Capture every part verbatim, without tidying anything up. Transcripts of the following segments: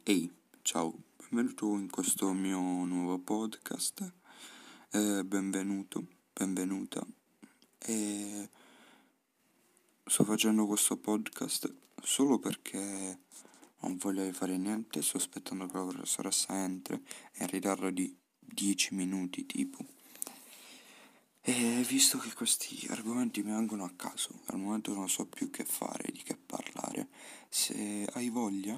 Ehi, ciao, benvenuto in questo mio nuovo podcast, eh, benvenuto, benvenuta. E sto facendo questo podcast solo perché non voglio fare niente, sto aspettando che la professoressa entri, è in ritardo di dieci minuti tipo. E visto che questi argomenti mi vengono a caso, al momento non so più che fare, di che parlare, se hai voglia,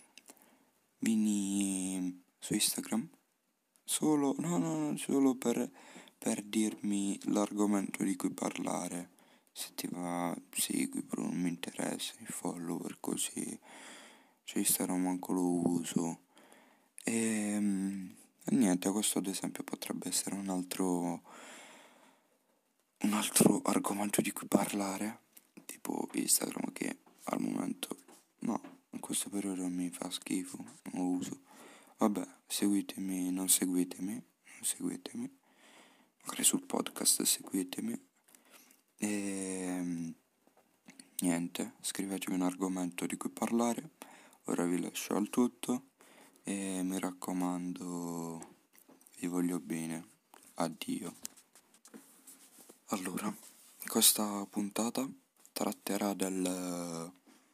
vieni su Instagram. Solo, no, no, no, solo per, per dirmi l'argomento di cui parlare. Se ti va, segui, però non mi interessa, i follower così. Cioè, Instagram manco lo uso. E, e niente, questo ad esempio potrebbe essere un altro, un altro argomento di cui parlare. Tipo Instagram che al momento, no, in questo periodo mi fa schifo, non lo uso. Vabbè, seguitemi, non seguitemi, non seguitemi, magari sul podcast seguitemi. E niente, scrivetemi un argomento di cui parlare. Ora vi lascio al tutto e mi raccomando, vi voglio bene. Addio. Allora, questa puntata tratterà del,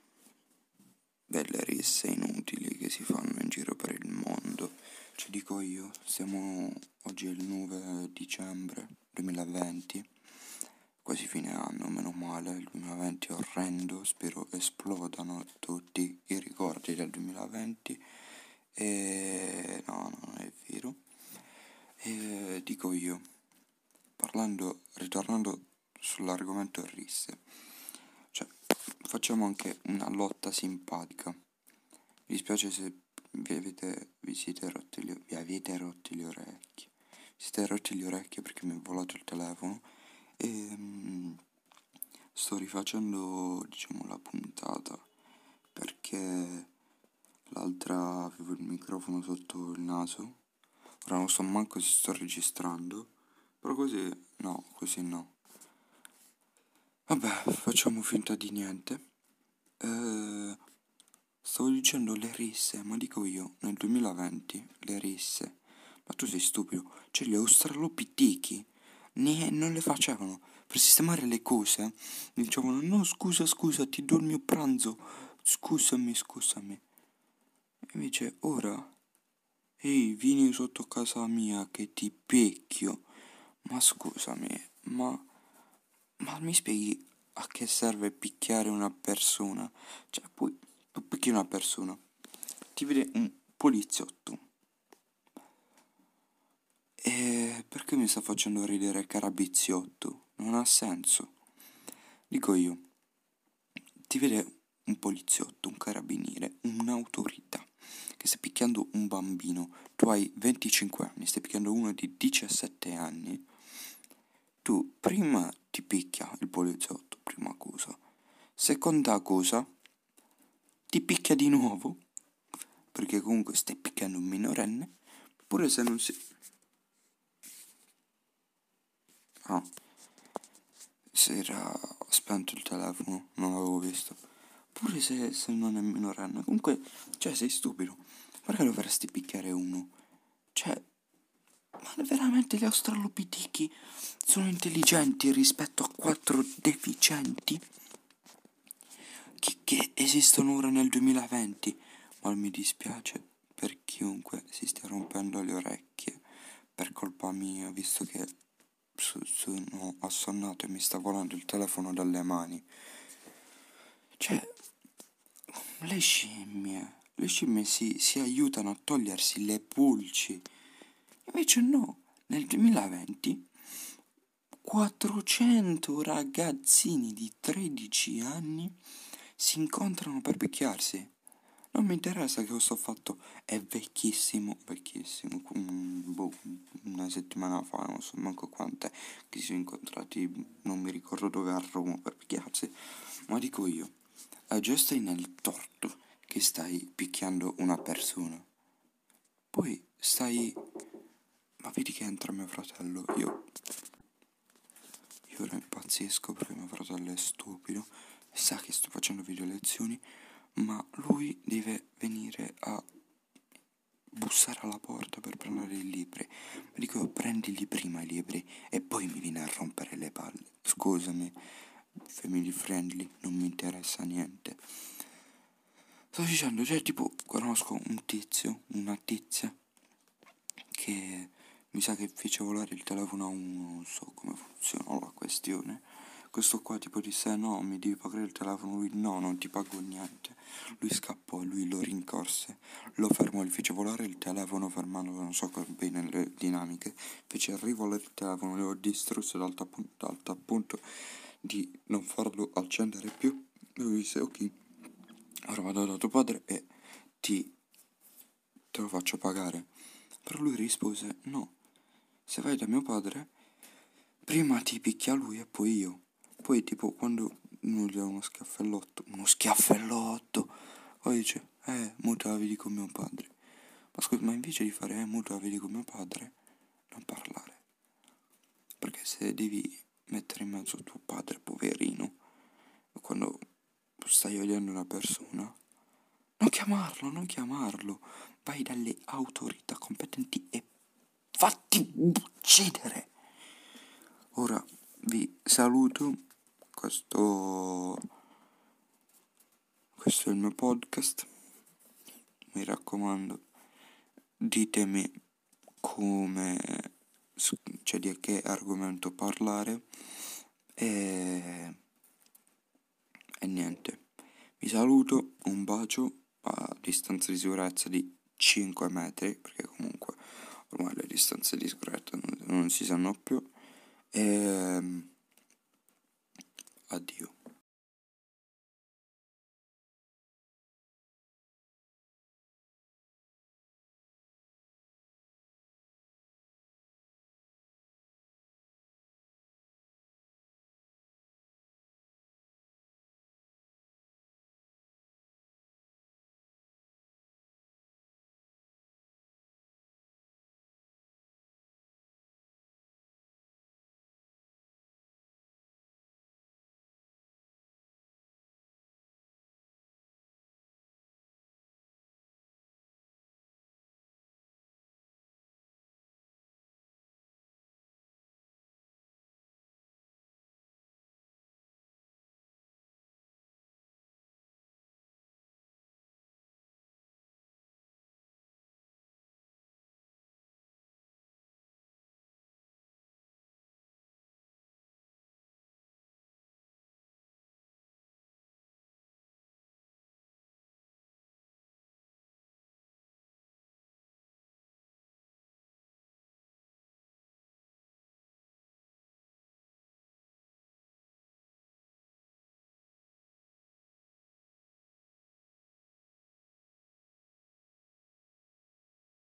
delle risse inutili che si fanno in giro per il mondo. Ci dico io, siamo oggi è il nove dicembre duemilaventi, quasi fine anno, meno male, il duemilaventi è orrendo, spero esplodano tutti i ricordi del duemilaventi e no, no, non è vero. E dico io, parlando, ritornando sull'argomento risse, cioè facciamo anche una lotta simpatica. Mi dispiace se vi avete, vi siete rotti le, vi avete rotti le orecchie. Vi siete rotti le orecchie perché mi è volato il telefono e mm, sto rifacendo, diciamo, la puntata perché l'altra avevo il microfono sotto il naso. Ora non so manco se sto registrando, però così no, così no. Vabbè, facciamo finta di niente. Eh, stavo dicendo le risse, ma dico io, nel duemilaventi, le risse. Ma tu sei stupido, cioè gli australopitechi ne, non le facevano. Per sistemare le cose, dicevano, no scusa, scusa, ti do il mio pranzo, scusami, scusami. E invece ora, ehi, vieni sotto casa mia che ti pecchio. Ma scusami, ma... Ma mi spieghi a che serve picchiare una persona? Cioè, poi tu picchi una persona, ti vede un poliziotto. E perché mi sta facendo ridere Carabiziotto? Non ha senso. Dico io, ti vede un poliziotto, un carabiniere, un'autorità che sta picchiando un bambino. Tu hai venticinque anni, stai picchiando uno di diciassette anni. Tu prima ti picchia il poliziotto, prima cosa. Seconda cosa, ti picchia di nuovo, perché comunque stai picchiando un minorenne, pure se non si... Ah, si era spento il telefono, non l'avevo visto. Pure se, se non è minorenne, comunque, cioè sei stupido, perché dovresti picchiare uno? Cioè, ma veramente gli australopitechi sono intelligenti rispetto a quattro deficienti che, che esistono ora nel duemilaventi? Ma mi dispiace per chiunque si stia rompendo le orecchie per colpa mia, visto che sono assonnato e mi sta volando il telefono dalle mani. Cioè, le scimmie, le scimmie si, si aiutano a togliersi le pulci. Invece no, nel duemilaventi quattrocento ragazzini di tredici anni si incontrano per picchiarsi. Non mi interessa che questo fatto è vecchissimo, vecchissimo, boh, una settimana fa, non so manco quant'è, che si sono incontrati, non mi ricordo dove, a Roma, per picchiarsi. Ma dico io, eh, già stai nel torto che stai picchiando una persona. Poi stai... Ma vedi che entra mio fratello, io... Io ora impazzisco perché mio fratello è stupido e sa che sto facendo video lezioni, ma lui deve venire a bussare alla porta per prendere i libri. Ma dico io, prendili prima i libri e poi mi viene a rompere le palle. Scusami, family friendly, non mi interessa niente. Sto dicendo, cioè tipo, conosco un tizio, una tizia, che mi sa che fece volare il telefono a uno, non so come funziona la questione. Questo qua tipo disse no, mi devi pagare il telefono, lui no, non ti pago niente. Lui scappò, lui lo rincorse, lo fermò, gli fece volare il telefono fermandolo, non so bene le dinamiche, fece rivolare il telefono, lo distrusse dal punto, dal tal punto di non farlo accendere più. Lui disse ok, ora vado da tuo padre e ti te lo faccio pagare. Però lui rispose no, se vai da mio padre prima ti picchia lui e poi io. Poi tipo quando uno gli dà uno schiaffellotto, uno schiaffellotto, poi dice eh, mo te la vedi con mio padre. Ma scusa, ma invece di fare eh, mo te la vedi con mio padre, non parlare. Perché se devi mettere in mezzo tuo padre, poverino, quando stai odiando una persona, non chiamarlo, non chiamarlo. Vai dalle autorità competenti e fatti uccidere. Ora vi saluto. Questo, questo è il mio podcast. Mi raccomando, ditemi come, cioè di che argomento parlare. E, e niente. Vi saluto, un bacio a distanza di sicurezza di cinque metri, perché comunque ormai le distanze di sicurezza non, non si sanno più. E addio.